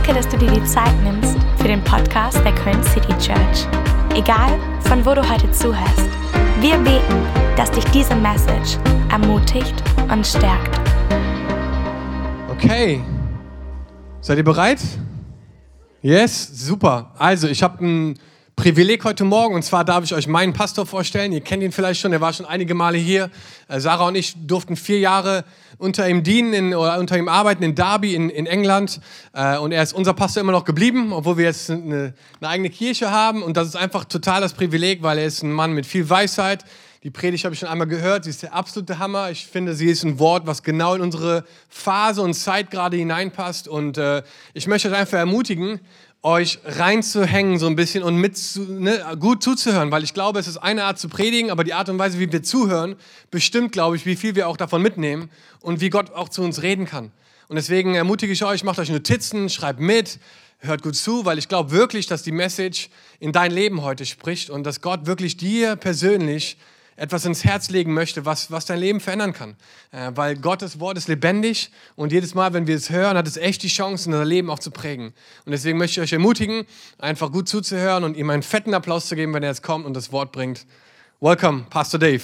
Danke, dass du dir die Zeit nimmst für den Podcast der Köln City Church. Egal, von wo du heute zuhörst, wir beten, dass dich diese Message ermutigt und stärkt. Okay, seid ihr bereit? Yes, super. Also, ich habe ein Privileg heute Morgen, und zwar darf ich euch meinen Pastor vorstellen. Ihr kennt ihn vielleicht schon, er war schon einige Male hier. Sarah und ich durften 4 Jahre unter ihm dienen oder unter ihm arbeiten in Derby in England. Und er ist unser Pastor immer noch geblieben, obwohl wir jetzt eine eigene Kirche haben. Und das ist einfach total das Privileg, weil er ist ein Mann mit viel Weisheit. Die Predigt habe ich schon einmal gehört, sie ist der absolute Hammer. Ich finde, sie ist ein Wort, was genau in unsere Phase und Zeit gerade hineinpasst. Und ich möchte euch einfach ermutigen, euch reinzuhängen so ein bisschen und gut zuzuhören, weil ich glaube, es ist eine Art zu predigen, aber die Art und Weise, wie wir zuhören, bestimmt, glaube ich, wie viel wir auch davon mitnehmen und wie Gott auch zu uns reden kann. Und deswegen ermutige ich euch, macht euch Notizen, schreibt mit, hört gut zu, weil ich glaube wirklich, dass die Message in dein Leben heute spricht und dass Gott wirklich dir persönlich etwas ins Herz legen möchte, was dein Leben verändern kann. Weil Gottes Wort ist lebendig und jedes Mal, wenn wir es hören, hat es echt die Chance, unser Leben auch zu prägen. Und deswegen möchte ich euch ermutigen, einfach gut zuzuhören und ihm einen fetten Applaus zu geben, wenn er jetzt kommt und das Wort bringt. Welcome, Pastor Dave.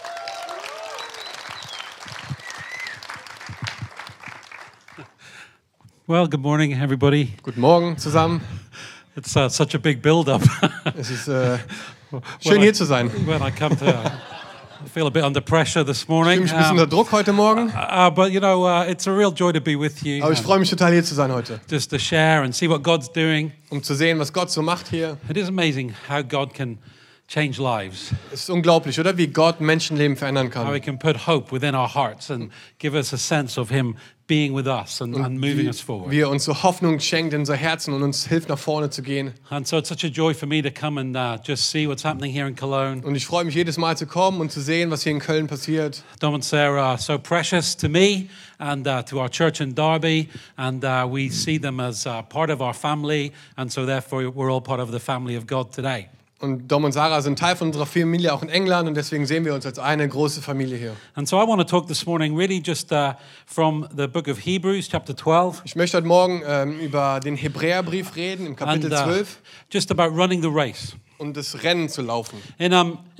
Well, good morning, everybody. Guten Morgen zusammen. It's such a big build-up. Es ist schön hier zu sein. When I come to, I feel a bit under pressure this Ich morning. fühle mich ein bisschen unter Druck heute Morgen, But you know, it's a real joy to be with you. aber ich freue mich total hier zu sein heute, Just to share and see what God's doing. um zu sehen, was Gott so macht hier. It is amazing how God can change lives. Es ist unglaublich, oder? Wie Gott Menschenleben verändern How kann. He can put hope within our hearts and give us a sense of Him being with us and moving us forward. Wie er uns so Hoffnung schenkt in unser Herzen und uns hilft, nach vorne zu gehen. And so it's such a joy for me to come and just see what's happening here in Cologne. Und ich freue mich jedes Mal zu kommen und zu sehen, was hier in Köln passiert. Dom and Sarah are so precious to me and to our church in Derby, and we see them as part of our family, and so therefore we're all part of the family of God today. Und Dom und Sarah sind Teil von unserer Familie auch in England und deswegen sehen wir uns als eine große Familie hier. And so I want to talk this morning really just from the book of Hebrews, chapter 12. Ich möchte heute Morgen über den Hebräerbrief reden, im Kapitel 12, just about running the race. und das Rennen zu laufen. In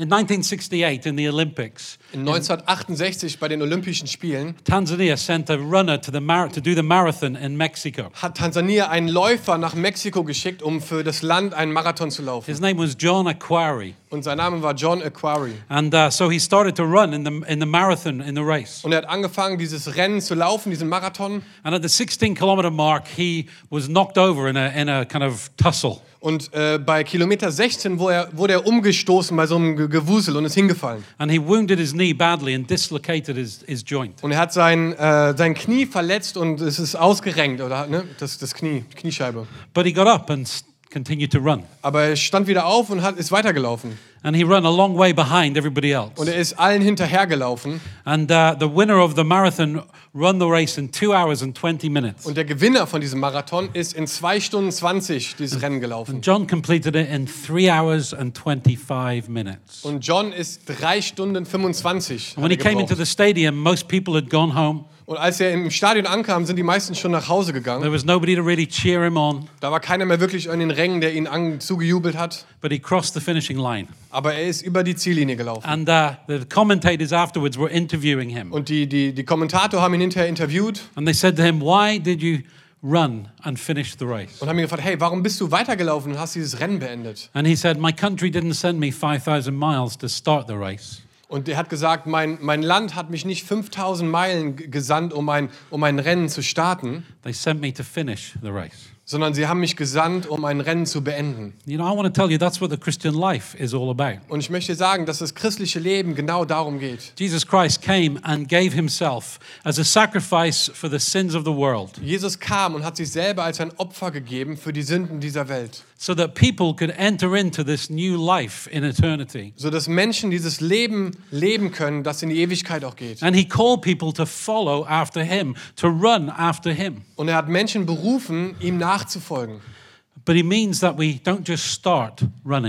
1968 in the Olympics, In 1968 bei den Olympischen Spielen Tanzania sent a runner to do the marathon in Mexico. hat Tansania einen Läufer nach Mexiko geschickt, um für das Land einen Marathon zu laufen. His name was John Aquari. Und sein Name war John Aquari. And so he started to run in the marathon, in the race. Und er hat angefangen, dieses Rennen zu laufen, diesen Marathon. And at the 16-kilometer mark, he was knocked over in a kind of tussle. Und bei Kilometer 16 wurde er umgestoßen bei so einem Gewusel und ist hingefallen. And he wounded his knee badly and dislocated his joint. Und er hat sein Knie verletzt und es ist ausgerenkt, oder ne? Das Knie, die Kniescheibe. But he got up and continued to run. Aber er stand wieder auf und ist weitergelaufen. And he ran a long way behind everybody else. Und er ist allen hinterhergelaufen. And the winner of the marathon ran the race in 2 hours and 20 minutes. Und der Gewinner von diesem Marathon ist in 2 Stunden 20 dieses Rennen gelaufen. And John completed it in 3 hours and 25 minutes. Und John ist 3 Stunden 25. And when he came into the stadium, most people had gone home. Und als er im Stadion ankam, sind die meisten schon nach Hause gegangen. There was nobody to really cheer him on. Da war keiner mehr wirklich in den Rängen, der ihn zugejubelt hat. But he crossed the finishing line. Aber er ist über die Ziellinie gelaufen. And the commentators afterwards were interviewing him. Und die Kommentatoren haben ihn hinterher interviewt And they said to him, "Why did you run and finish the race?" und haben ihn gefragt, hey, warum bist du weitergelaufen und hast dieses Rennen beendet? And he said, "My country didn't send me 5,000 miles to start the race. Und er hat gesagt, mein Land hat mich nicht 5000 Meilen gesandt, um ein Rennen zu starten, They sent me to finish the race." sondern sie haben mich gesandt, um ein Rennen zu beenden. You know, I want to tell you that's what the Christian life is all about. Und ich möchte sagen, dass das christliche Leben genau darum geht. Jesus Christ came and gave himself as a sacrifice for the sins of the world, Jesus kam und hat sich selber als ein Opfer gegeben für die Sünden dieser Welt, so that people could enter into this new life in eternity. sodass Menschen dieses Leben leben können, das in die Ewigkeit auch geht. And he called people to follow after him, to run after him. Und er hat Menschen berufen, ihm nachzufolgen. But he means that we don't just start running,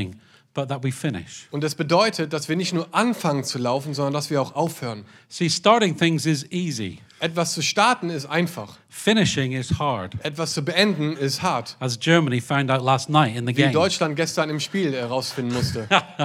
but that we finish. Und das bedeutet, dass wir nicht nur anfangen zu laufen, sondern dass wir auch aufhören. See, starting things is easy. Etwas zu starten ist einfach. Finishing is hard. Etwas zu beenden ist hart. As Germany found out last night in the Wie game. Deutschland gestern im Spiel herausfinden musste.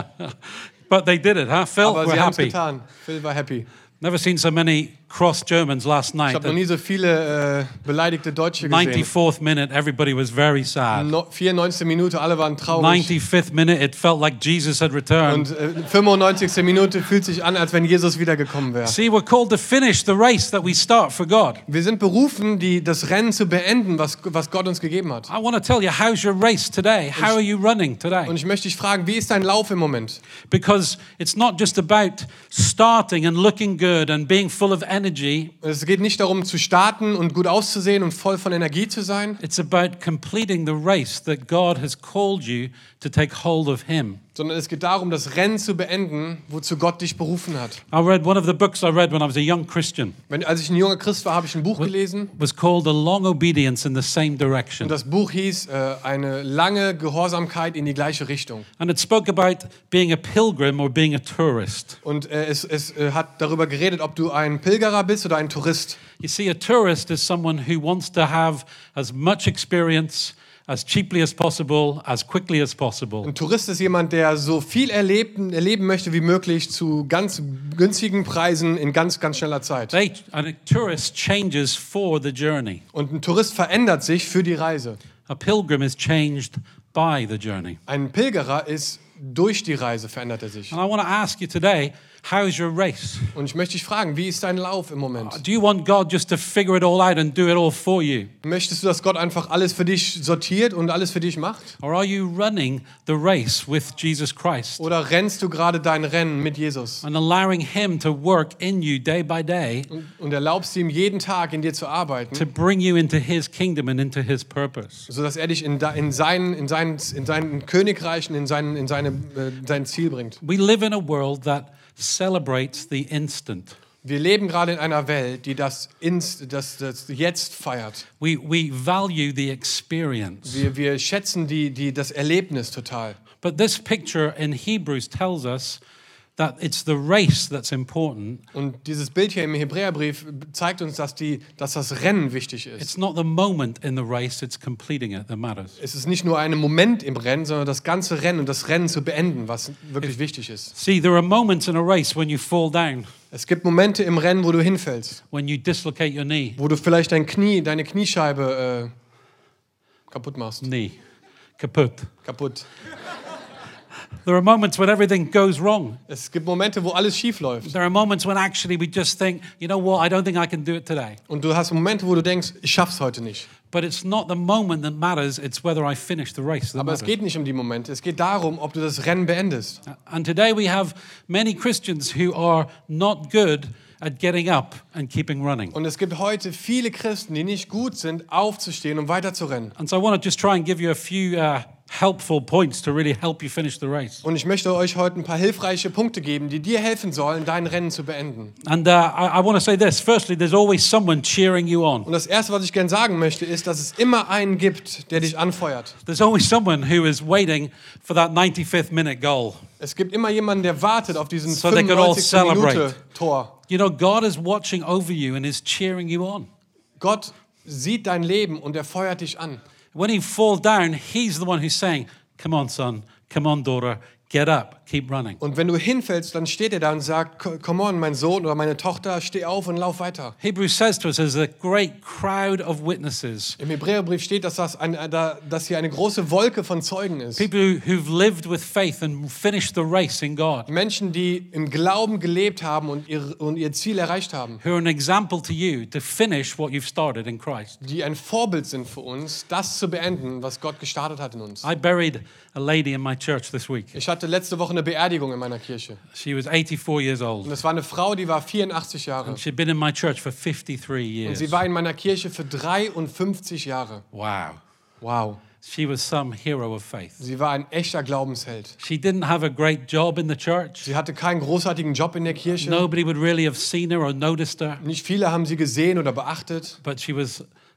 But they did it, huh? Phil, Aber we're sie haben es happy. getan. Phil war happy. Never seen so many cross Germans last Ich night. habe noch nie so viele beleidigte Deutsche gesehen. 94th minute, everybody was very sad. 94. Minute, alle waren traurig. 95th minute, it felt like Jesus had returned. Und 95. Minute fühlt sich an, als wenn Jesus wiedergekommen wäre. See, we're called to finish the race that we start for God. Wir sind berufen, das Rennen zu beenden, was Gott uns gegeben hat. I want to tell you, how's your race today? How are you running today? Und ich möchte dich fragen, wie ist dein Lauf im Moment? Because it's not just about starting and looking good and being full of energy. Es geht nicht darum, zu starten und gut auszusehen und voll von Energie zu sein, It's about completing the race that God has called you to take hold of Him. sondern es geht darum, das Rennen zu beenden, wozu Gott dich berufen hat. I read one of the books I read when I was a young Christian. Als ich ein junger Christ war, habe ich ein Buch gelesen. It was called A Long Obedience in the Same Direction. Und das Buch hieß eine lange Gehorsamkeit in die gleiche Richtung. And it spoke about being a pilgrim or being a tourist. Und es hat darüber geredet, ob du ein Pilgerer bist oder ein Tourist. You see, a tourist is someone who wants to have as much experience as cheaply as possible, as quickly as possible. Ein Tourist ist jemand, der so viel erleben möchte wie möglich zu ganz günstigen Preisen in ganz, ganz schneller Zeit. And a tourist changes for the journey. Und ein Tourist verändert sich für die Reise. A pilgrim is changed by the journey. Ein Pilgerer ist durch die Reise verändert er sich. And I want to ask you today, how's your race? Und ich möchte dich fragen, wie ist dein Lauf im Moment? Do you want God just to figure it all out and do it all for you? Möchtest du, dass Gott einfach alles für dich sortiert und alles für dich macht? Or are you running the race with Jesus Christ Oder rennst du gerade dein Rennen mit Jesus and allowing Him to work in you day by day und erlaubst ihm jeden Tag in dir zu arbeiten, to bring you into His kingdom and into His purpose? sodass er dich in seinen Königreichen, in sein Ziel bringt? We live in a world that celebrates the instant. Wir leben gerade in einer Welt, die das Jetzt feiert. We value the experience. Wir schätzen das Erlebnis total. But this picture in Hebrews tells us that it's the race that's important. Und dieses Bild hier im Hebräerbrief zeigt uns, dass das Rennen wichtig ist. It's not the moment in the race, it's completing it that matters. Es ist nicht nur ein Moment im Rennen, sondern das ganze Rennen und das Rennen zu beenden, was wirklich wichtig ist. See, there are moments in a race when you fall down, Es gibt Momente im Rennen, wo du hinfällst, when you dislocate your knee. wo du vielleicht deine Kniescheibe kaputt machst. Knee. Kaput. Kaputt. There are moments when everything goes wrong. Es gibt Momente, wo alles schief läuft. There are moments when actually we just think, you know what, I don't think I can do it today. Und du hast Momente, wo du denkst, ich schaff's heute nicht. But it's not the moment that matters, it's whether I finish the race that Aber es matters. geht nicht um die Momente. Es geht darum, ob du das Rennen beendest. And today we have many Christians who are not good at getting up and keeping running. Und es gibt heute viele Christen, die nicht gut sind, aufzustehen und weiterzurennen. And so I want to just try and give you a few helpful points to really help you finish the race. Und ich möchte euch heute ein paar hilfreiche Punkte geben, die dir helfen sollen, dein Rennen zu beenden. And I want to say this. Firstly, there's always someone cheering you on. Und das Erste, was ich gerne sagen möchte, ist, dass es immer einen gibt, der dich anfeuert. There's always someone who is waiting for that 95th minute goal. Es gibt immer jemanden, der wartet auf diesen So they could all 95. celebrate. Minute Tor. You know, God is watching over you and is cheering you on. Gott sieht dein Leben und er feuert dich an. When you fall down, He's the one who's saying, come on, son, come on, daughter, get up, keep running. Und wenn du hinfällst, dann steht er da und sagt, come on, mein Sohn oder meine Tochter, steh auf und lauf weiter. Hebrews says to us, there's a great crowd of witnesses. Im Hebräerbrief steht, dass hier eine große Wolke von Zeugen ist. People who've lived with faith and finished the race in God. Menschen, die im Glauben gelebt haben und ihr Ziel erreicht haben. Who are an example to you to finish what you've started in Christ. Die ein Vorbild sind für uns, das zu beenden, was Gott gestartet hat in uns. I buried a lady in my church this week. Ich hatte letzte Woche eine Beerdigung in meiner Kirche. She was 84 years Und old. es war eine Frau, die war 84 Jahre. She'd been in my church for 53 Und years. sie war in meiner Kirche für 53 Jahre. Wow. Wow. She was some hero of faith. Sie war ein echter Glaubensheld. She didn't have a great job in the church. Sie hatte keinen großartigen Job in der Kirche. Nobody would really have seen her or noticed her. Nicht viele haben sie gesehen oder beachtet. But she was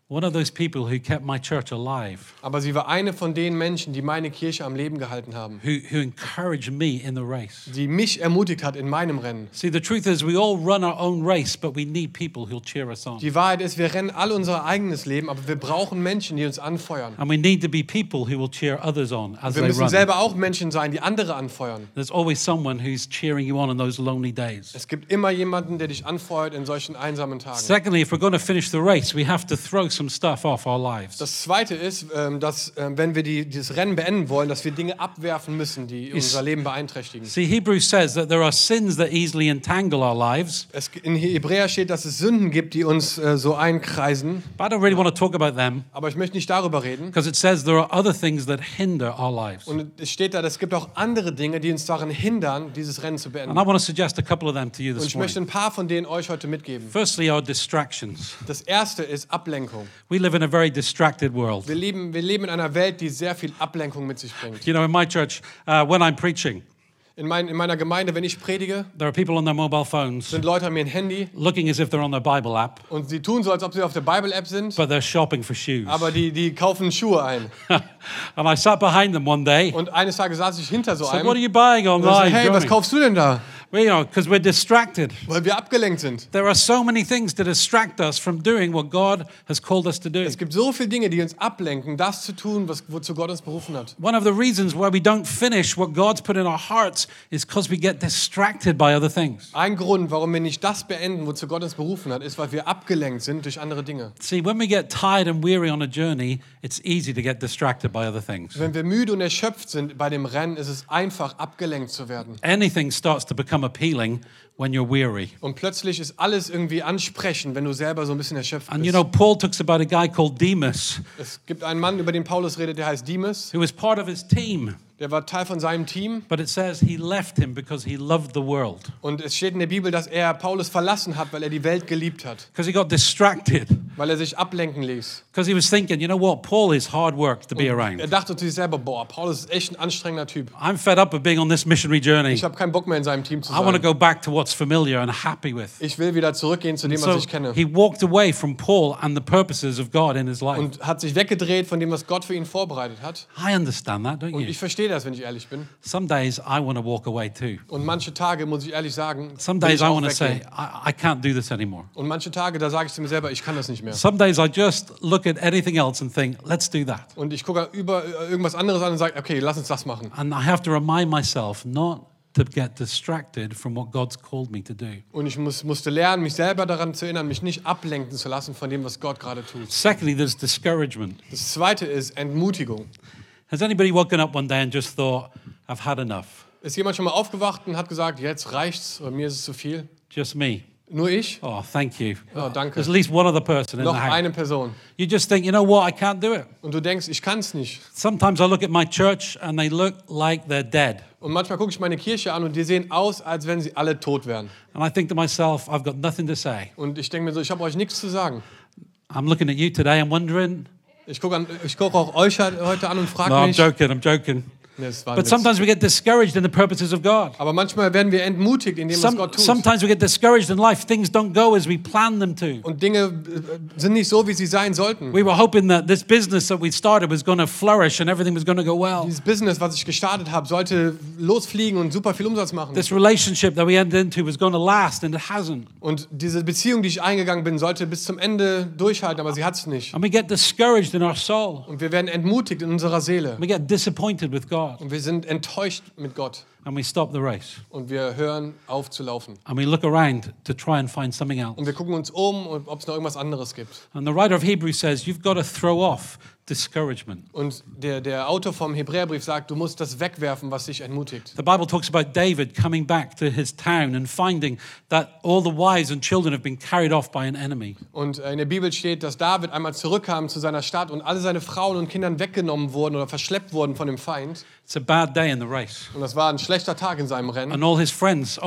one of those people who kept my church alive, Aber sie war eine von den Menschen, die meine Kirche am Leben gehalten haben. who encouraged me in the race. Die mich ermutigt hat in meinem Rennen. See, the truth is we all run our own race, but we need people who'll cheer us on. Die Wahrheit ist, wir rennen all unser eigenes Leben, aber wir brauchen Menschen, die uns anfeuern. And we need to be people who will cheer others on as Wir they müssen run. selber auch Menschen sein, die andere anfeuern. There's always someone who's cheering you on in those lonely days. Es gibt immer jemanden, der dich anfeuert in solchen einsamen Tagen. Secondly, if we're going to finish the race, we have to throw some stuff off our lives. Das Zweite ist, dass wenn wir dieses Rennen beenden wollen, dass wir Dinge abwerfen müssen, die unser Leben beeinträchtigen. See, Hebrews says that there are sins that easily entangle our lives, In Hebräer steht, dass es Sünden gibt, die uns so einkreisen. but I don't really want to talk about them Aber ich möchte nicht darüber reden. because it says there are other things that hinder our lives. Und es steht da, es gibt auch andere Dinge, die uns daran hindern, dieses Rennen zu beenden. And I want to suggest a couple of them to you Und this ich möchte morning. ein paar von denen euch heute mitgeben. Firstly, our distractions. Das erste ist Ablenkung. We live in a very distracted world. Wir leben in einer Welt, die sehr viel Ablenkung mit sich bringt. You know, in my church, when I'm preaching, In meiner Gemeinde, wenn ich predige, there are people on their mobile phones sind Leute an mir ein Handy looking as if they're on their Bible app, und sie tun so, als ob sie auf der Bible-App sind, but they're shopping for shoes. aber die kaufen Schuhe ein. And I sat behind them one day. Und eines Tages saß ich hinter so Said, einem what are you buying und so, online? hey, was Johnny?" kaufst du denn da? Well, you know, because we're distracted. Weil wir abgelenkt sind. There are so many things to distract us from doing what God has called us to do. Es gibt so viele Dinge, die uns ablenken, das zu tun, wozu Gott uns berufen hat. One of the reasons why we don't finish what God's put in our hearts is because we get distracted by other things. Ein Grund, warum wir nicht das beenden, wozu Gott uns berufen hat, ist, weil wir abgelenkt sind durch andere Dinge. See, when we get tired and weary on a journey, it's easy to get distracted by other things. Wenn wir müde und erschöpft sind bei dem Rennen, ist es einfach, abgelenkt zu werden. Anything starts to become appealing when you're weary. Und plötzlich ist alles irgendwie ansprechend, wenn du selber so ein bisschen erschöpft And you bist. know, Paul talks about a guy called Demas, Es gibt einen Mann, über den Paulus redet, der heißt Demas. who was part of his team. Der war Teil von seinem Team. But it says he left him because he loved the world. Und es steht in der Bibel, dass er Paulus verlassen hat, weil er die Welt geliebt hat. Because he got distracted. Weil er sich ablenken ließ. Because he was thinking, you know what, Paul is hard work to be Er around. dachte zu sich selber, boah, Paulus ist echt ein anstrengender Typ. I'm fed up of being on this missionary journey. Ich habe keinen Bock mehr in seinem Team zu I want to sein. go back to what's familiar and happy with. Ich will wieder zurückgehen zu dem, was So ich kenne. he walked away from Paul and the purposes of God in his life. Und hat sich weggedreht von dem, was Gott für ihn vorbereitet hat. I understand that, don't Und you? ich verstehe das, wenn ich ehrlich bin. Some days I want to walk away too. Und manche Tage, muss ich ehrlich sagen, Some will days ich I auch want to say, weggehen. I can't do this anymore. Und manche Tage, da sage ich zu mir selber, ich kann das nicht mehr. Some days I just look at anything else and think, let's do that. Und ich gucke über irgendwas anderes an und sage, okay, lass uns das machen. And I have to remind myself not to get distracted from what God's called me to do. Und ich musste lernen, mich selber daran zu erinnern, mich nicht ablenken zu lassen von dem, was Gott gerade tut. Secondly, there's discouragement. Das Zweite ist Entmutigung. Has anybody woken up one day and just thought, I've had enough? Ist jemand schon mal aufgewacht und hat gesagt, jetzt reicht's, oder mir ist es zu viel? Just me. Nur ich? Oh, thank you. Oh, danke. There's at least one other person in Noch the house. eine Person. You just think, you know what, I can't do it. Und du denkst, ich kann es nicht. Sometimes I look at my church and they look like they're dead. Und manchmal gucke ich meine Kirche an und die sehen aus, als wenn sie alle tot wären. And I think to myself, I've got nothing to say. Und ich denke mir so, ich habe euch nichts zu sagen. I'm looking at you today and wondering, Ich gucke auch euch heute an und frage no, I'm mich. joking. Nee, das war ein But Witz. sometimes we get discouraged in the purposes of God. Aber manchmal werden wir entmutigt in dem, was Gott tut. Sometimes we get discouraged in life. Things don't go as we plan them to. Und Dinge sind nicht so, wie sie sein sollten. We were hoping that this business that we started was going to flourish and everything was going to go well. Dieses Business, was ich gestartet habe, sollte losfliegen und super viel Umsatz machen. This relationship that we entered into was going to last and it hasn't. Und diese Beziehung, die ich eingegangen bin, sollte bis zum Ende durchhalten, aber sie hat es nicht. And we get discouraged in our soul. Und wir werden entmutigt in unserer Seele. We get disappointed with God. Und wir sind enttäuscht mit Gott. And we stop the race. Und wir hören auf zu laufen. And we look around to try and find something else. Und wir gucken uns um, ob es noch irgendwas anderes gibt. And the writer of Hebrews says, you've got to throw off discouragement. Und der Autor vom Hebräerbrief sagt, du musst das wegwerfen, was dich entmutigt. The Bible talks about David coming back to his town and finding that all the wives and children have been carried off by an enemy. Und in der Bibel steht, dass David einmal zurückkam zu seiner Stadt und alle seine Frauen und Kinder weggenommen wurden oder verschleppt wurden von dem Feind. It's a bad day in the race. Und das war ein schlechter Tag in seinem Rennen. And all his friends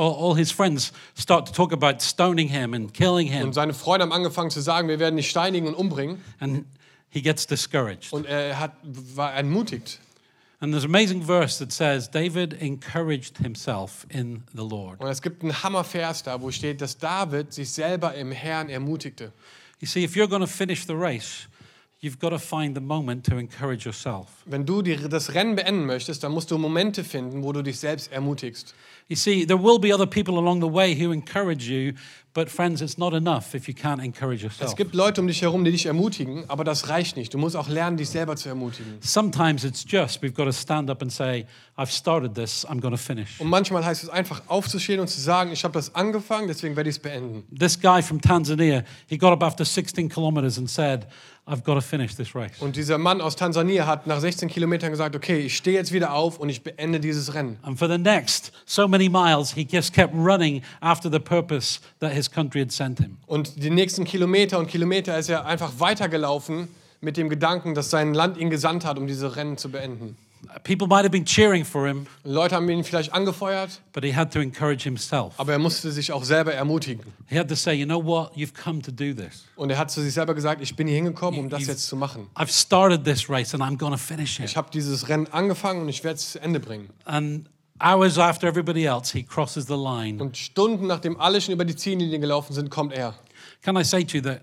start to talk about stoning him and killing him. Und seine Freunde haben angefangen zu sagen, wir werden dich steinigen und umbringen. And he gets discouraged. Und er war entmutigt. And there's an amazing verse that says, David encouraged himself in the Lord. Und es gibt einen Hammervers da, wo steht, dass David sich selber im Herrn ermutigte. You see, if you're going to finish the race, you've got to find the moment to encourage yourself. Wenn du das Rennen beenden möchtest, dann musst du Momente finden, wo du dich selbst ermutigst. You see, there will be other people along the way who encourage you, but friends, it's not enough if you can't encourage yourself. Es gibt Leute um dich herum, die dich ermutigen, aber das reicht nicht. Du musst auch lernen, dich selber zu ermutigen. Sometimes it's just we've got to stand up and say, I've started this, I'm going to finish. Und manchmal heißt es einfach aufzustehen und zu sagen, ich habe das angefangen, deswegen werde ich es beenden. This guy from Tanzania, he got up after 16 kilometers and said, I've got to finish this race. Und dieser Mann aus Tansania hat nach 16 Kilometern gesagt, okay, ich stehe jetzt wieder auf und ich beende dieses Rennen. And for the next so many miles, he just kept running after the purpose that his country had sent him. Und die nächsten Kilometer und Kilometer ist er einfach weitergelaufen mit dem Gedanken, dass sein Land ihn gesandt hat, um diese Rennen zu beenden. People might have been cheering for him, Leute haben ihn vielleicht angefeuert, but he had to encourage himself. aber er musste sich auch selber ermutigen. He had to say, you know what, you've come to do this. Und er hat zu sich selber gesagt, ich bin hier hingekommen, um das You've- jetzt zu machen. I've started this race and I'm going to finish it. Ich habe dieses Rennen angefangen und ich werde es zu Ende bringen. And hours after everybody else, he crosses the line. Und Stunden nachdem alle schon über die Ziellinie gelaufen sind, kommt er. Can I say to you that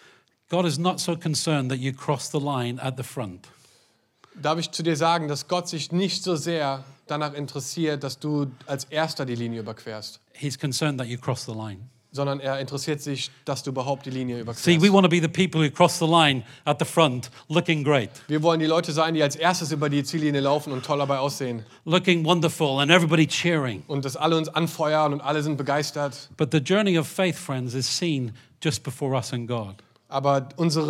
God is not so concerned that you cross the line at the front. Darf ich zu dir sagen, dass Gott sich nicht so sehr danach interessiert, dass du als Erster die Linie überquerst, He's concerned that you cross the line. sondern er interessiert sich, dass du überhaupt die Linie See, überquerst. we want to be the people who cross the line at the front, looking great, Wir wollen die Leute sein, die als erstes über die Ziellinie laufen und toll dabei aussehen. looking wonderful, and everybody cheering. Und dass alle uns anfeuern und alle sind begeistert. But the journey of faith, friends, is seen just before us and God. Aber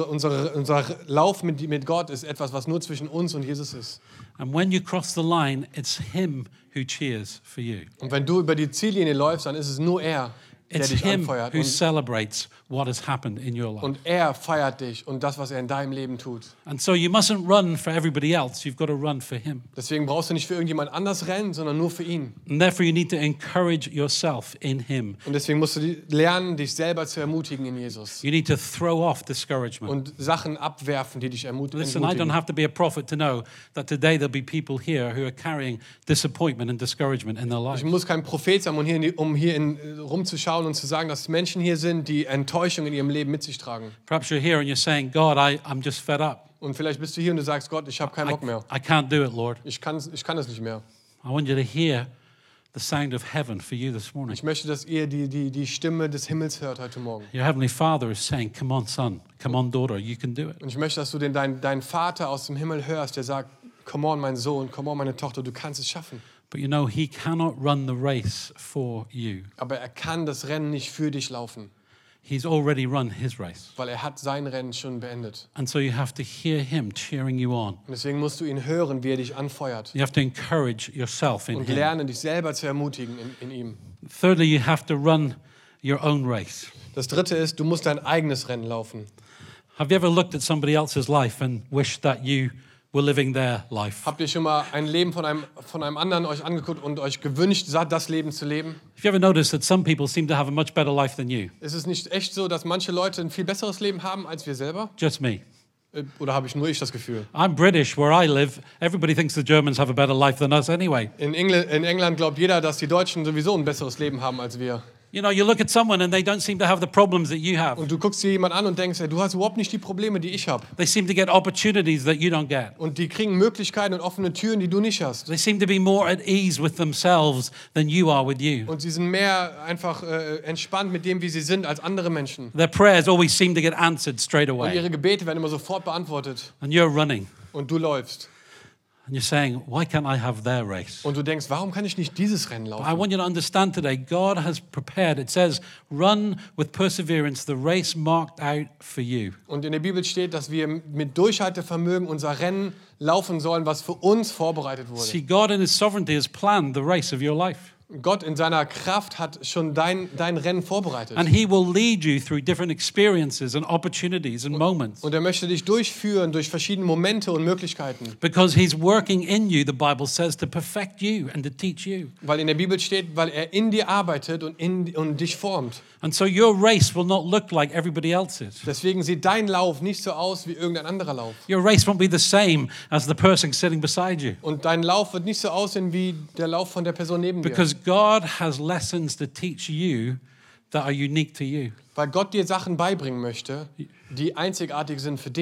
unser Lauf mit Gott ist etwas, was nur zwischen uns und Jesus ist. And when you cross the line, it's Him who cheers for you. Und wenn du über die Ziellinie läufst, dann ist es nur er, der It's dich Him anfeuert. who celebrates what has happened in your life. Und er feiert dich und das, was er in deinem Leben tut. And so you mustn't run for everybody else. You've got to run for Him. Deswegen brauchst du nicht für irgendjemand anders rennen, sondern nur für ihn. And therefore, you need to encourage yourself in Him. Und deswegen musst du lernen, dich selber zu ermutigen in Jesus. You need to throw off discouragement. Und Sachen abwerfen, die dich Listen, I don't entmutigen. have to be a prophet to know that today there'll be people here who are carrying disappointment and discouragement in their Ich lives. muss kein Prophet sein, um hier rumzuschauen und zu sagen, dass Menschen hier sind, die Enttäuschung in ihrem Leben mit sich tragen. Perhaps you're here and you're saying, God, I'm just fed up. Und vielleicht bist du hier und du sagst, Gott, ich habe keinen Bock mehr. I can't do it, Lord. Ich kann es nicht mehr. I want you to hear the sound of heaven for you this morning. Ich möchte, dass ihr die Stimme des Himmels hört heute Morgen. Your Heavenly Father is saying, come on, son, come on, daughter, you can do it. Und ich möchte, dass du deinen Vater aus dem Himmel hörst, der sagt, come on, mein Sohn, come on, meine Tochter, du kannst es schaffen. But you know, He cannot run the race for you. Aber er kann das Rennen nicht für dich laufen, He's already run His race. weil er hat sein Rennen schon beendet. And so you have to hear Him cheering you on. Und deswegen musst du ihn hören, wie er dich anfeuert. You have to encourage yourself in Und Him. lernen, dich selber zu ermutigen in ihm. Thirdly, you have to run your own race. Das Dritte ist, du musst dein eigenes Rennen laufen. Have you ever looked at somebody else's life and wished that you were living their life? Habt ihr schon mal ein Leben von einem anderen euch angeguckt und euch gewünscht, das Leben zu leben? Have you ever noticed that some people seem to have a much better life than you? Ist es nicht echt so, dass manche Leute ein viel besseres Leben haben als wir selber? Just me. Oder habe nur ich das Gefühl? I'm British, where I live. Everybody thinks the Germans have a better life than us anyway. In England glaubt jeder, dass die Deutschen sowieso ein besseres Leben haben als wir. You know, you look at someone and they don't seem to have the problems that you have. Und du guckst dir jemand an und denkst, ey, du hast überhaupt nicht die Probleme, die ich habe. They seem to get opportunities that you don't get. Und die kriegen Möglichkeiten und offene Türen, die du nicht hast. They seem to be more at ease with themselves than you are with you. Und sie sind mehr einfach entspannt mit dem, wie sie sind, als andere Menschen. Their prayers always seem to get answered straight Und away. ihre Gebete werden immer sofort beantwortet. And you're running. Und du läufst. And you're saying, why can't I have their race? Und du denkst, warum kann ich nicht dieses Rennen I laufen? want you to understand today, God has prepared. It says, run with perseverance the race marked out for you. Und in der Bibel steht, dass wir mit Durchhaltevermögen unser Rennen laufen sollen, was für uns vorbereitet wurde. See, God in His sovereignty has planned the race of your life. Gott in seiner Kraft hat schon dein Rennen vorbereitet. And He will lead you through different experiences and opportunities and moments. Und er möchte dich durchführen durch verschiedene Momente und Möglichkeiten. Because He's working in you, the Bible says, to perfect you and to teach you. Weil in der Bibel steht, weil er in dir arbeitet und dich formt. And so your race will not look like everybody else's. Deswegen sieht dein Lauf nicht so aus wie irgendein anderer Lauf. Your race won't be the same as the person sitting beside you. Und dein Lauf wird nicht so aussehen wie der Lauf von der Person neben dir. Because God has lessons to teach you that are unique to you. Weil Gott dir Sachen beibringen möchte, die einzigartig sind für dich.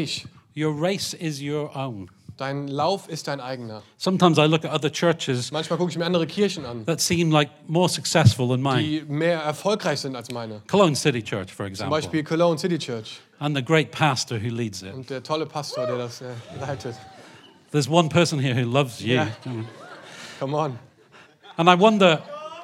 Your race is your own. Dein Lauf ist dein eigener. Sometimes I look at other churches Manchmal gucke ich mir andere Kirchen an, that seem like more successful than mine. die mehr erfolgreich sind als meine. Cologne City Church, for Zum example. Beispiel Cologne City Church And the great pastor who leads it. und der tolle Pastor, der das leitet. There's one person here who loves you. Yeah. Come on. And I wonder,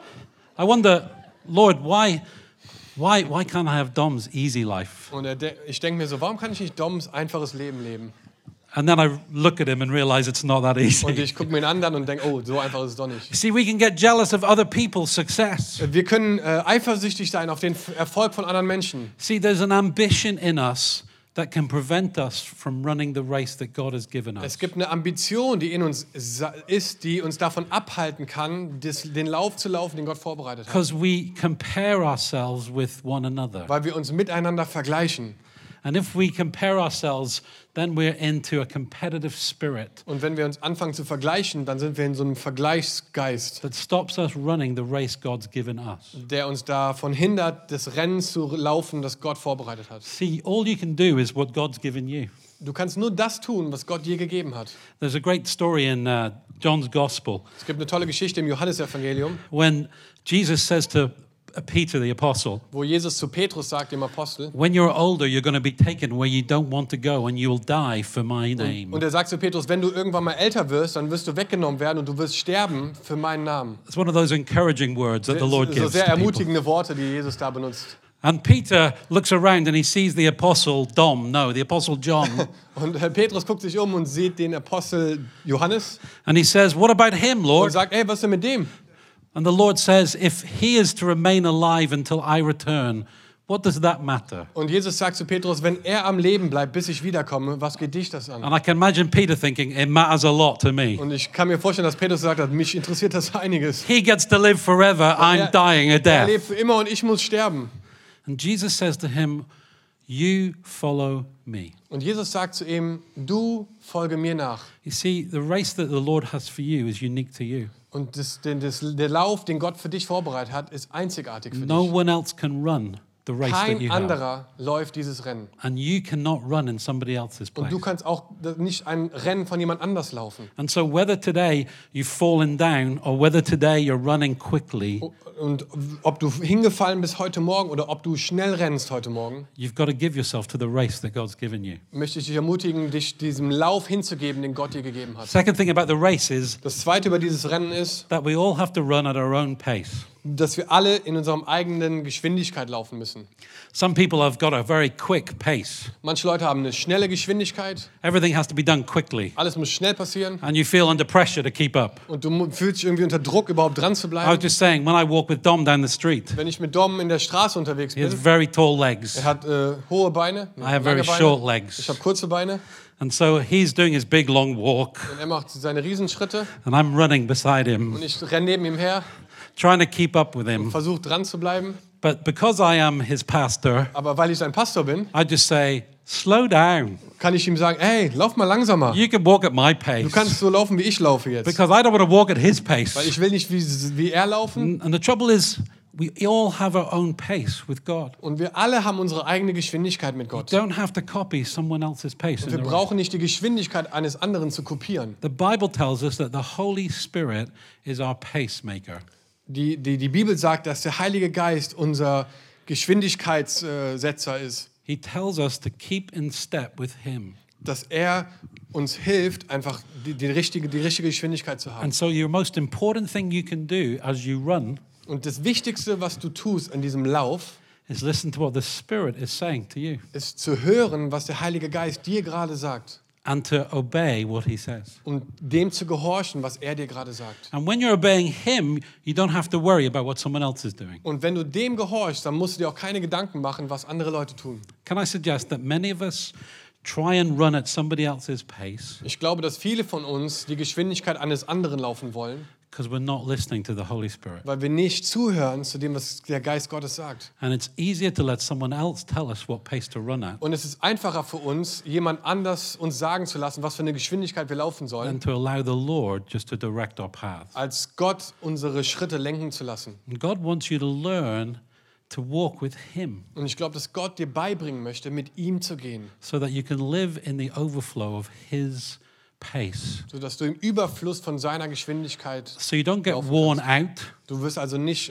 Lord, why can't I have Dom's easy life? Und ich denke mir so, warum kann ich nicht Doms einfaches Leben leben? And then I look at him and realize it's not that Und easy. ich gucke mir ihn an und denke, oh, so einfach ist es doch nicht. You see, we can get jealous of other people's success. Wir können eifersüchtig sein auf den Erfolg von anderen Menschen. See, there's an ambition in us that can prevent us from running the race that God has given us. Es gibt eine Ambition, die in uns ist, die uns davon abhalten kann, den Lauf zu laufen, den Gott vorbereitet hat. Because we compare ourselves with one another. Weil wir uns miteinander vergleichen. And if we compare ourselves, then we're into a competitive spirit Und wenn wir uns anfangen zu vergleichen, dann sind wir in so einem Vergleichsgeist, that stops us running the race God's given us. der uns davon hindert, das Rennen zu laufen, das Gott vorbereitet hat. See, all you can do is what God's given you. Du kannst nur das tun, was Gott dir gegeben hat. There's a great story in John's Gospel Es gibt eine tolle Geschichte im Johannesevangelium, when Jesus says to Peter, the apostle, wo Jesus zu Petrus sagt, dem Apostel, when you're older, you're going to be taken where you don't want to go and you'll die for my name. und er sagt zu Petrus, wenn du irgendwann mal älter wirst, dann wirst du weggenommen werden und du wirst sterben für meinen Namen. It's one of those encouraging words that the Lord So gives sehr to people. ermutigende Worte, die Jesus da benutzt. And Peter looks around and he sees the apostle the apostle John, Und Petrus guckt sich um und sieht den Apostel Johannes and he says, what about him, und Lord? sagt, ey, was ist denn mit dem? And the Lord says, if he is to remain alive until I return, what does that matter? Und Jesus sagt zu Petrus, wenn er am Leben bleibt, bis ich wiederkomme, was geht dich das an? And I can imagine Peter thinking, it matters a lot to me. Und ich kann mir vorstellen, dass Petrus gesagt hat, mich interessiert das einiges. He gets to live forever, I'm dying a Er death. lebt für immer und ich muss sterben. And Jesus says to him, you follow me. Und Jesus sagt zu ihm, du folge mir nach. You see, the race that the Lord has for you is unique to you. Und der Lauf, den Gott für dich vorbereitet hat, ist einzigartig für No dich. one else can run the race that Kein you have. anderer läuft dieses Rennen. And you cannot run in somebody else's Und place. du kannst auch nicht ein Rennen von jemand anders laufen. And so whether today you've fallen down or whether today you're running quickly, Und ob du hingefallen bist heute Morgen oder ob du schnell rennst heute Morgen, you've got to give yourself to the race that God's given you. möchte ich dich ermutigen, dich diesem Lauf hinzugeben, den Gott dir gegeben hat. Second thing about the race is Das Zweite über dieses Rennen ist, that we all have to run at our own pace. dass wir alle in unserer eigenen Geschwindigkeit laufen müssen. Some people have got a very quick pace. Manche Leute haben eine schnelle Geschwindigkeit, Everything has to be done quickly. alles muss schnell passieren And you feel under pressure to keep up. und du fühlst dich irgendwie unter Druck, überhaupt dran zu I was bleiben. just saying, when I walk with Dom down the street, Wenn ich mit Dom in der Straße unterwegs he has bin, very tall legs. er hat hohe Beine, I have lange very short Beine. legs. Ich habe kurze Beine And so he's doing his big long walk, und er macht seine Riesenschritte and I'm running beside him, und ich renne neben ihm her, trying to keep up with him. versuche dran zu bleiben. But because I am his pastor, Aber weil ich sein Pastor bin, I just say, slow down. kann ich ihm sagen, hey, lauf mal langsamer. You can walk at my Du pace. kannst so laufen, wie ich laufe jetzt. Because I don't want to walk at his Weil pace. ich will nicht wie er laufen. And the trouble is, we all have our own pace with God. Und wir alle haben unsere eigene Geschwindigkeit mit You Gott. don't have to copy someone else's pace. in Wir the race. brauchen nicht die Geschwindigkeit eines anderen zu kopieren. The Bible tells us that the Holy Spirit is our pacemaker. Die Bibel sagt, dass der Heilige Geist unser Geschwindigkeitssetzer ist. He tells us to keep in step with him. Dass er uns hilft, einfach die richtige Geschwindigkeit zu haben. And so your most important thing you can do as you run Und das Wichtigste, was du tust an diesem Lauf, is listen to what the Spirit is saying to you ist zu hören, was der Heilige Geist dir gerade sagt. and to obey what he says. Und dem zu gehorchen, was er dir gerade sagt. And when you're obeying him, you don't have to worry about what someone else is doing. Und wenn du dem gehorchst, dann musst du dir auch keine Gedanken machen, was andere Leute tun. Can I suggest that many of us try and run at somebody else's pace Ich glaube, dass viele von uns die Geschwindigkeit eines anderen laufen wollen, because we're not listening to the Holy Spirit. weil wir nicht zuhören zu dem, was der Geist Gottes sagt. And it's easier to let someone else tell us what pace to run at Und es ist einfacher für uns, jemand anders uns sagen zu lassen, was für eine Geschwindigkeit wir laufen than sollen, to allow the Lord just to direct our path. als Gott unsere Schritte lenken zu lassen. And God wants you to learn to walk with him Und ich glaube, dass Gott dir beibringen möchte, mit ihm zu gehen, so that you can live in the overflow of his pace. sodass du im Überfluss von seiner Geschwindigkeit, So you don't get laufen worn out, du wirst also nicht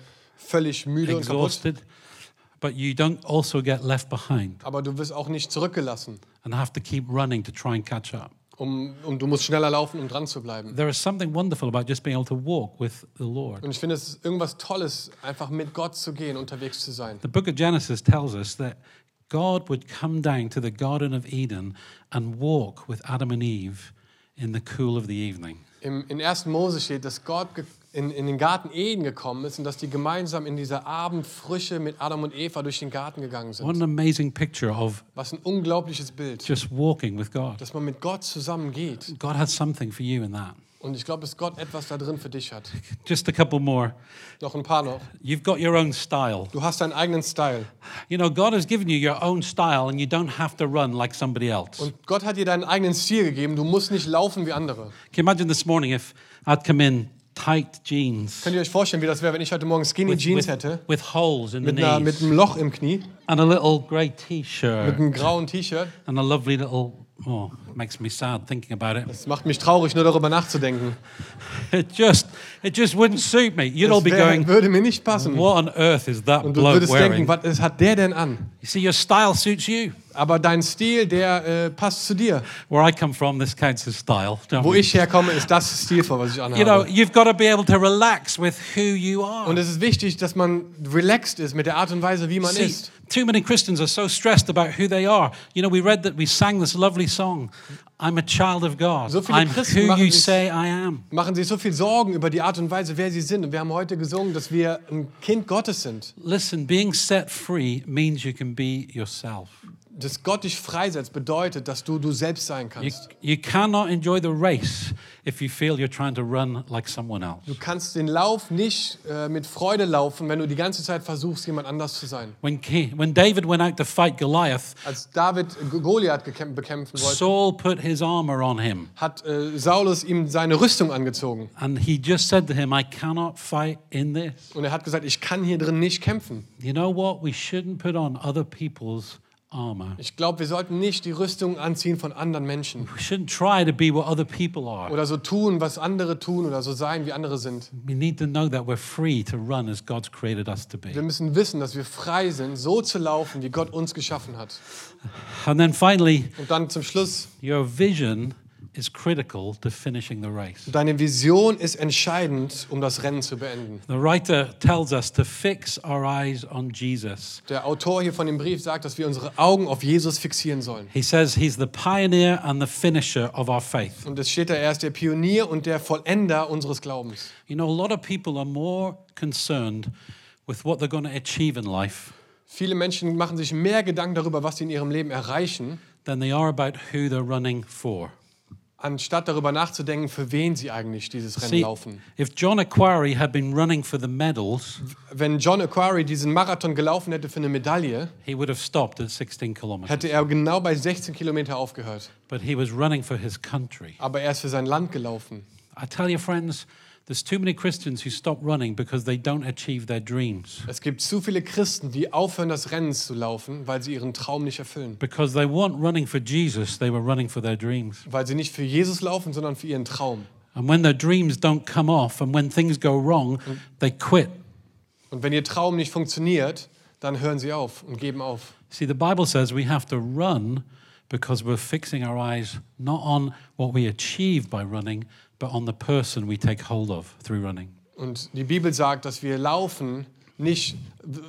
völlig müde und kaputt, exhausted, but you don't also get left behind aber du wirst auch nicht zurückgelassen. and have to keep running to try and catch up. Und du musst schneller laufen, um dran zu bleiben. There is something wonderful about just being able to walk with the Lord. Und ich finde, es ist irgendwas Tolles, einfach mit Gott zu gehen, unterwegs zu sein. The book of Genesis tells us that God would come down to the Garden of Eden and walk with Adam and Eve in the cool of the evening. In 1. Mose steht, dass Gott in den Garten Eden gekommen ist und dass die gemeinsam in dieser Abendfrische mit Adam und Eva durch den Garten gegangen What an sind. amazing picture of Was ein unglaubliches Bild, just walking with God. dass man mit Gott zusammen geht. God has something for you in that. Und ich glaube, dass Gott etwas da drin für dich hat. Just a couple more. Noch ein paar noch. You've got your own style. Du hast deinen eigenen Style. You know, God has given you your own style and you don't have to run like somebody else. Und Gott hat dir deinen eigenen Stil gegeben. Du musst nicht laufen wie andere. Can you imagine this morning if I'd come in tight jeans Könnt ihr euch vorstellen, wie das wäre, wenn ich heute Morgen Skinny Jeans hätte? with holes in the Mit knees einem Loch im Knie, and a little grey mit T-shirt einem grauen T-Shirt. and a lovely little, oh, makes me sad thinking about it. Es macht mich traurig, nur darüber nachzudenken. It just wouldn't suit me. You'd all be going, Würde mir nicht passen. what on earth is that Und du bloke würdest denken, wearing? was hat der denn an? You see, your style suits you. Aber dein Stil, der passt zu dir. Where I come from, this counts as style. Don't Wo we? ich herkomme, ist das stilvoll, was ich You know, anhabe. you've got to be able to relax with who you are. Und es ist wichtig, dass man relaxed ist mit der Art und Weise, wie man See, ist. too many Christians are so stressed about who they are. You know, we sang this lovely song, I'm a child of God. So viele I'm Christen who machen you sich- say I am. Machen sich so viel Sorgen über die Art und Weise, wer sie sind. Und wir haben heute gesungen, dass wir ein Kind Gottes sind. Listen, being set free means you can be yourself. Dass Gott dich freisetzt, bedeutet, dass du selbst sein You, kannst. you cannot enjoy the race if you feel you're trying to run like someone else. Du kannst den Lauf nicht mit Freude laufen, wenn du die ganze Zeit versuchst, jemand anders zu sein. When David went out to fight Goliath, Als David Goliath bekämpfen wollte, Saul put his armor on him. hat Saulus ihm seine Rüstung angezogen. And he just said to him, I cannot fight in this. Und er hat gesagt, ich kann hier drin nicht kämpfen. You know what? We shouldn't put on other people's armor. Ich glaube, wir sollten nicht die Rüstung anziehen von anderen Menschen. We shouldn't try to be what other people are. Oder so tun, was andere tun oder so sein, wie andere sind. We need to know that we're free to run as God's created us to Wir be. müssen wissen, dass wir frei sind, so zu laufen, wie Gott uns geschaffen hat. And then finally, Und dann zum Schluss, your vision is critical to finishing the race. deine Vision ist entscheidend, um das Rennen zu beenden. The writer tells us to fix our eyes on Jesus. Der Autor hier von dem Brief sagt, dass wir unsere Augen auf Jesus fixieren sollen. He says he's the pioneer and the finisher of our faith. Und es steht da, er ist der Pionier und der Vollender unseres Glaubens. You know, a lot of people are more concerned with what they're going to achieve in life Viele Menschen machen sich mehr Gedanken darüber, was sie in ihrem Leben erreichen, than they are about who they're running for. anstatt darüber nachzudenken, für wen sie eigentlich dieses Rennen See, laufen. if John Aquari had been running for the medals, Wenn John Aquari diesen Marathon gelaufen hätte für eine Medaille, he would have stopped at 16 kilometers. hätte er genau bei 16 Kilometer aufgehört. But he was running for his country. Aber er ist für sein Land gelaufen. I tell you, friends, there's too many Christians who stop running because they don't achieve their dreams. Es gibt zu viele Christen, die aufhören, das Rennen zu laufen, weil sie ihren Traum nicht erfüllen. Because they weren't running for Jesus, they were running for their dreams. Weil sie nicht für Jesus laufen, sondern für ihren Traum. And when their dreams don't come off and when things go wrong, they quit. Und wenn ihr Traum nicht funktioniert, dann hören sie auf und geben auf. See, the Bible says we have to run because we're fixing our eyes not on what we achieve by running, but on the person we take hold of through running. Und die Bibel sagt, dass wir laufen, nicht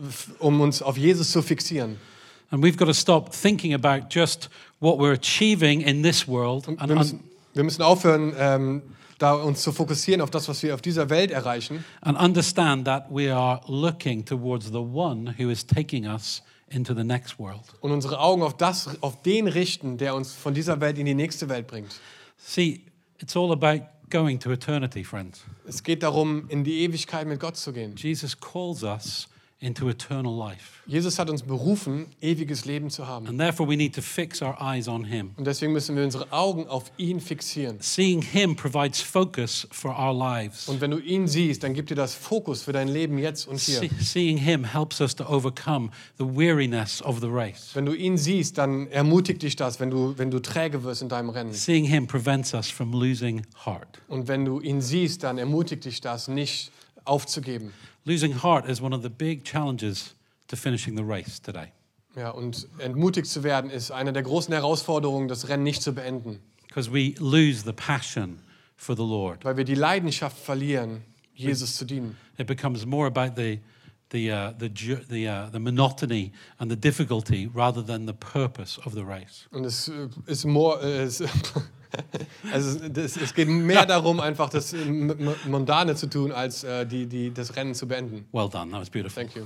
um uns auf Jesus zu fixieren. And we've got to stop thinking about just what we're achieving in this world and Wir müssen aufhören, da uns zu fokussieren auf das, was wir auf dieser Welt erreichen. understand that we are looking towards the one who is taking us into the next world. Und unsere Augen auf den richten, der uns von dieser Welt in die nächste Welt bringt. See, it's all about going to eternity, friends. Es geht darum, in die Ewigkeit mit Gott zu gehen. Jesus calls us into eternal life. Jesus hat uns berufen, ewiges Leben zu haben. And therefore we need to fix our eyes on him. Und deswegen müssen wir unsere Augen auf ihn fixieren. Seeing him provides focus for our lives. Und wenn du ihn siehst, dann gibt dir das Fokus für dein Leben jetzt und hier. Seeing him helps us to overcome the weariness of the race. Wenn du ihn siehst, dann ermutigt dich das, wenn du träge wirst in deinem Rennen. Seeing him prevents us from losing heart. Und wenn du ihn siehst, dann ermutigt dich das, nicht aufzugeben. Losing heart is one of the big challenges to finishing the race today. Ja, und entmutigt zu werden ist eine der großen Herausforderungen, das Rennen nicht zu beenden. Because we lose the passion for the Lord. Weil wir die Leidenschaft verlieren, Jesus zu dienen. It becomes more about the monotony and the difficulty rather than the purpose of the race. Und es geht mehr darum, einfach das Mundane zu tun, als das Rennen zu beenden. Well done, that was beautiful. Thank you.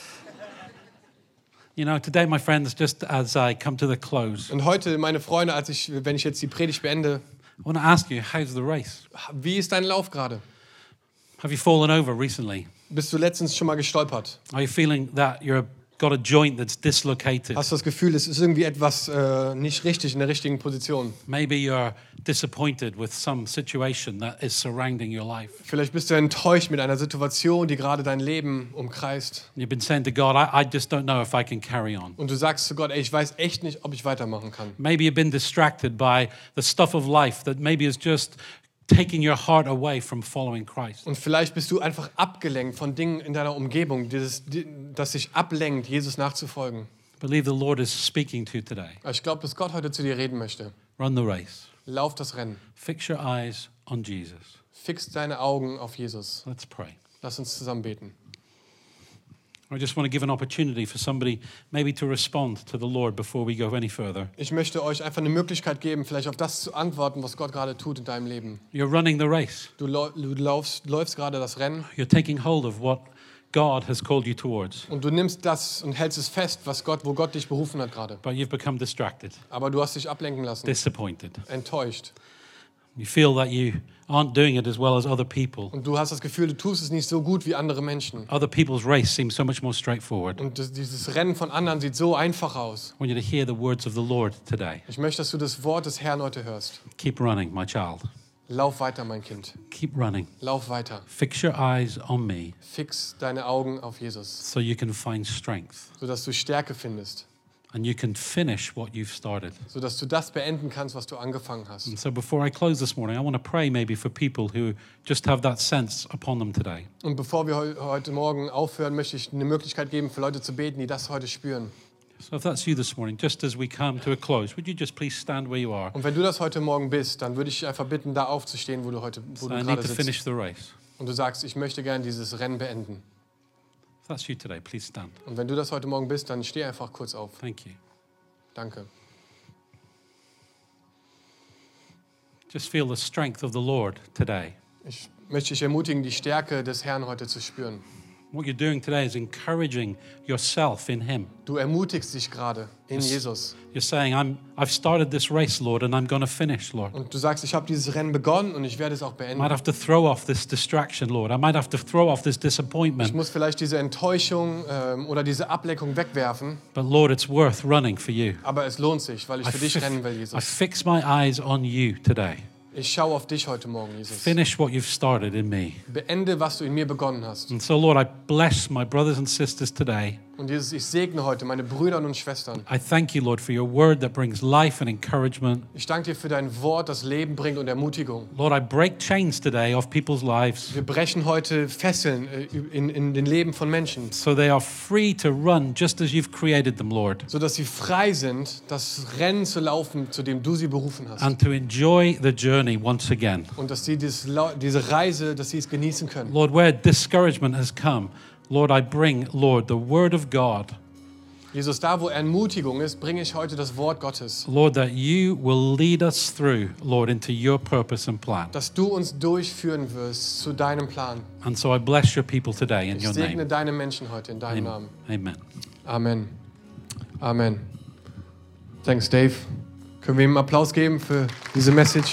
You know, today, my friends, just as I come to the close, Und heute, meine Freunde, wenn ich jetzt die Predigt beende, I want to ask you, how's the race? wie ist dein Lauf gerade? Have you fallen over recently? Bist du letztens schon mal gestolpert? Are you feeling that you've got a joint that's dislocated? Hast du das Gefühl, es ist irgendwie etwas nicht richtig in der richtigen Position? Maybe you're disappointed with some situation that is surrounding your life. Vielleicht bist du enttäuscht mit einer Situation, die gerade dein Leben umkreist. You've been saying to God, I just don't know if I can carry on. Und du sagst zu Gott, ey, ich weiß echt nicht, ob ich weitermachen kann. Maybe you've been distracted by the stuff of life that maybe is just taking your heart away from following Christ. Und vielleicht bist du einfach abgelenkt von Dingen in deiner Umgebung, das dich ablenkt, Jesus nachzufolgen. I believe the Lord is speaking to you today. Aber ich glaube, dass Gott heute zu dir reden möchte. Run the race. Lauf das Rennen. Fix your eyes on Jesus. Fix deine Augen auf Jesus. Let's pray. Lass uns zusammen beten. I just want to give an opportunity for somebody maybe to respond to the Lord before we go any further. Ich möchte euch einfach eine Möglichkeit geben, vielleicht auf das zu antworten, was Gott gerade tut in deinem Leben. You're running the race. Du läufst gerade das Rennen You're taking hold of what God has called you towards. und du nimmst das und hältst es fest, wo Gott dich berufen hat gerade. But you've become distracted, Aber du hast dich ablenken lassen, disappointed. enttäuscht. You feel that you aren't doing it as well as other people. Und du hast das Gefühl, du tust es nicht so gut wie andere Menschen. Other people's race seems so much more straightforward. Und dieses Rennen von anderen sieht so einfach aus. I want you to hear the words of the Lord today. Ich möchte, dass du das Wort des Herrn heute hörst. Keep running, my child. Lauf weiter, mein Kind. Keep running. Lauf weiter. Fix your eyes on me Fix deine Augen auf Jesus, so you can find strength sodass du Stärke findest. and you can finish what you've started. Sodass du das beenden kannst, was du angefangen hast. And so before I close this morning, I want to pray maybe for people who just have that sense upon them today. Und bevor wir heute Morgen aufhören, möchte ich eine Möglichkeit geben, für Leute zu beten, die das heute spüren. So if that's you this morning, just as we come to a close, would you just please stand where you are? Und wenn du das heute Morgen bist, dann würde ich dich einfach bitten, da aufzustehen, wo du So I need gerade to sitzt. finish the race. Und du sagst, ich möchte gerne dieses Rennen beenden. If that's you today, please stand. Und wenn du das heute Morgen bist, dann steh einfach kurz auf. Thank you. Danke. Just feel the strength of the Lord today. Ich möchte dich ermutigen, die Stärke des Herrn heute zu spüren. What you're doing today is encouraging yourself in Him. Du ermutigst dich gerade in Jesus. You're saying, I've started this race, Lord, and I'm going to finish, Lord. Und du sagst, ich habe dieses Rennen begonnen und ich werde es auch I beenden. might have to throw off this distraction, Lord. I might have to throw off this Ich disappointment. muss vielleicht diese Enttäuschung oder diese Ablenkung wegwerfen, But Lord, it's worth running for you. aber es lohnt sich, weil ich für dich rennen will, I Jesus. fix my eyes on you today. Ich schaue auf dich heute Morgen, Jesus. Finish what you've started in me. Beende, was du in mir begonnen hast. And so, Lord, I bless my brothers and sisters today. Und Jesus, ich segne heute meine Brüder und Schwestern. I thank you, Lord, for your word that brings life and encouragement. Ich danke dir für dein Wort, das Leben bringt und Ermutigung. Lord, I break chains today off people's lives Wir brechen heute Fesseln in den Leben von Menschen, so they are free to run just as you've created them, Lord, sodass sie frei sind, das Rennen zu laufen, zu dem du sie berufen hast. and to enjoy the journey once again. Und dass sie diese Reise, dass sie es genießen können. Lord, where discouragement has come, Lord, I bring, Lord, the word of God, Jesus, da wo Ermutigung ist, bringe ich heute das Wort Gottes. Lord, that you will lead us through, Lord, into your purpose and plan. Dass du uns durchführen wirst zu deinem Plan. And so I bless your people today in Ich your segne name. deine Menschen heute in deinem Namen. Amen. Amen. Amen. Thanks, Dave. Können wir ihm einen Applaus geben für diese Message?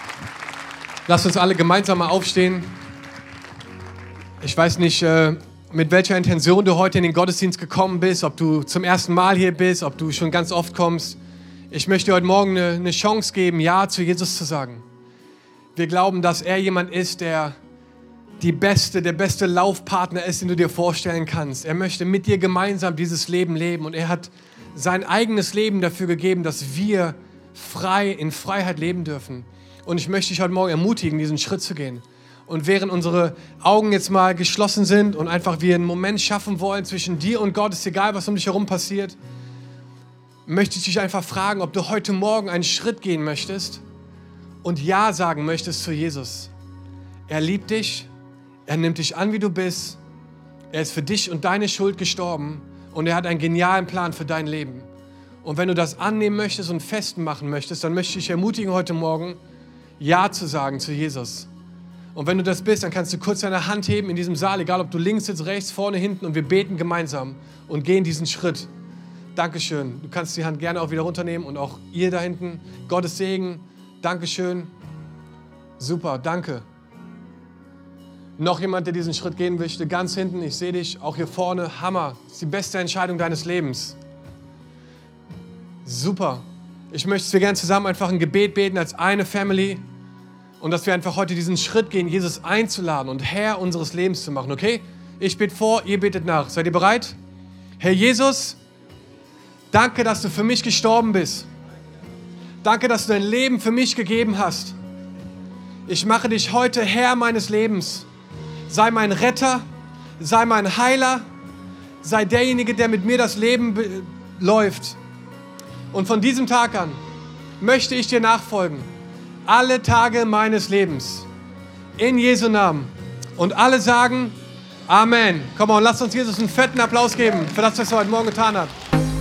Lasst uns alle gemeinsam mal aufstehen. Ich weiß nicht, mit welcher Intention du heute in den Gottesdienst gekommen bist, ob du zum ersten Mal hier bist, ob du schon ganz oft kommst. Ich möchte dir heute Morgen eine Chance geben, Ja zu Jesus zu sagen. Wir glauben, dass er jemand ist, der der beste Laufpartner ist, den du dir vorstellen kannst. Er möchte mit dir gemeinsam dieses Leben leben und er hat sein eigenes Leben dafür gegeben, dass wir in Freiheit leben dürfen. Und ich möchte dich heute Morgen ermutigen, diesen Schritt zu gehen. Und während unsere Augen jetzt mal geschlossen sind und einfach wir einen Moment schaffen wollen zwischen dir und Gott, ist egal, was um dich herum passiert, möchte ich dich einfach fragen, ob du heute Morgen einen Schritt gehen möchtest und Ja sagen möchtest zu Jesus. Er liebt dich, er nimmt dich an, wie du bist, er ist für dich und deine Schuld gestorben und er hat einen genialen Plan für dein Leben. Und wenn du das annehmen möchtest und festmachen möchtest, dann möchte ich dich ermutigen, heute Morgen Ja zu sagen zu Jesus. Und wenn du das bist, dann kannst du kurz deine Hand heben in diesem Saal, egal ob du links sitzt, rechts, vorne, hinten, und wir beten gemeinsam und gehen diesen Schritt. Dankeschön. Du kannst die Hand gerne auch wieder runternehmen und auch ihr da hinten. Gottes Segen. Dankeschön. Super, danke. Noch jemand, der diesen Schritt gehen möchte, ganz hinten, ich sehe dich, auch hier vorne. Hammer. Das ist die beste Entscheidung deines Lebens. Super. Ich möchte, dass wir gerne zusammen einfach ein Gebet beten als eine Family. Und dass wir einfach heute diesen Schritt gehen, Jesus einzuladen und Herr unseres Lebens zu machen, okay? Ich bete vor, ihr betet nach. Seid ihr bereit? Herr Jesus, danke, dass du für mich gestorben bist. Danke, dass du dein Leben für mich gegeben hast. Ich mache dich heute Herr meines Lebens. Sei mein Retter, sei mein Heiler, sei derjenige, der mit mir das Leben läuft. Und von diesem Tag an möchte ich dir nachfolgen. Alle Tage meines Lebens. In Jesu Namen. Und alle sagen Amen. Komm on, lasst uns Jesus einen fetten Applaus geben für das, was er heute Morgen getan hat.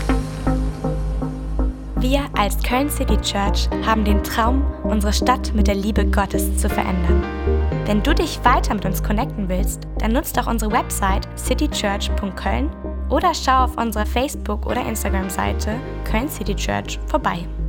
Wir als Köln City Church haben den Traum, unsere Stadt mit der Liebe Gottes zu verändern. Wenn du dich weiter mit uns connecten willst, dann nutzt doch unsere Website citychurch.köln oder schau auf unserer Facebook- oder Instagram-Seite Köln City Church vorbei.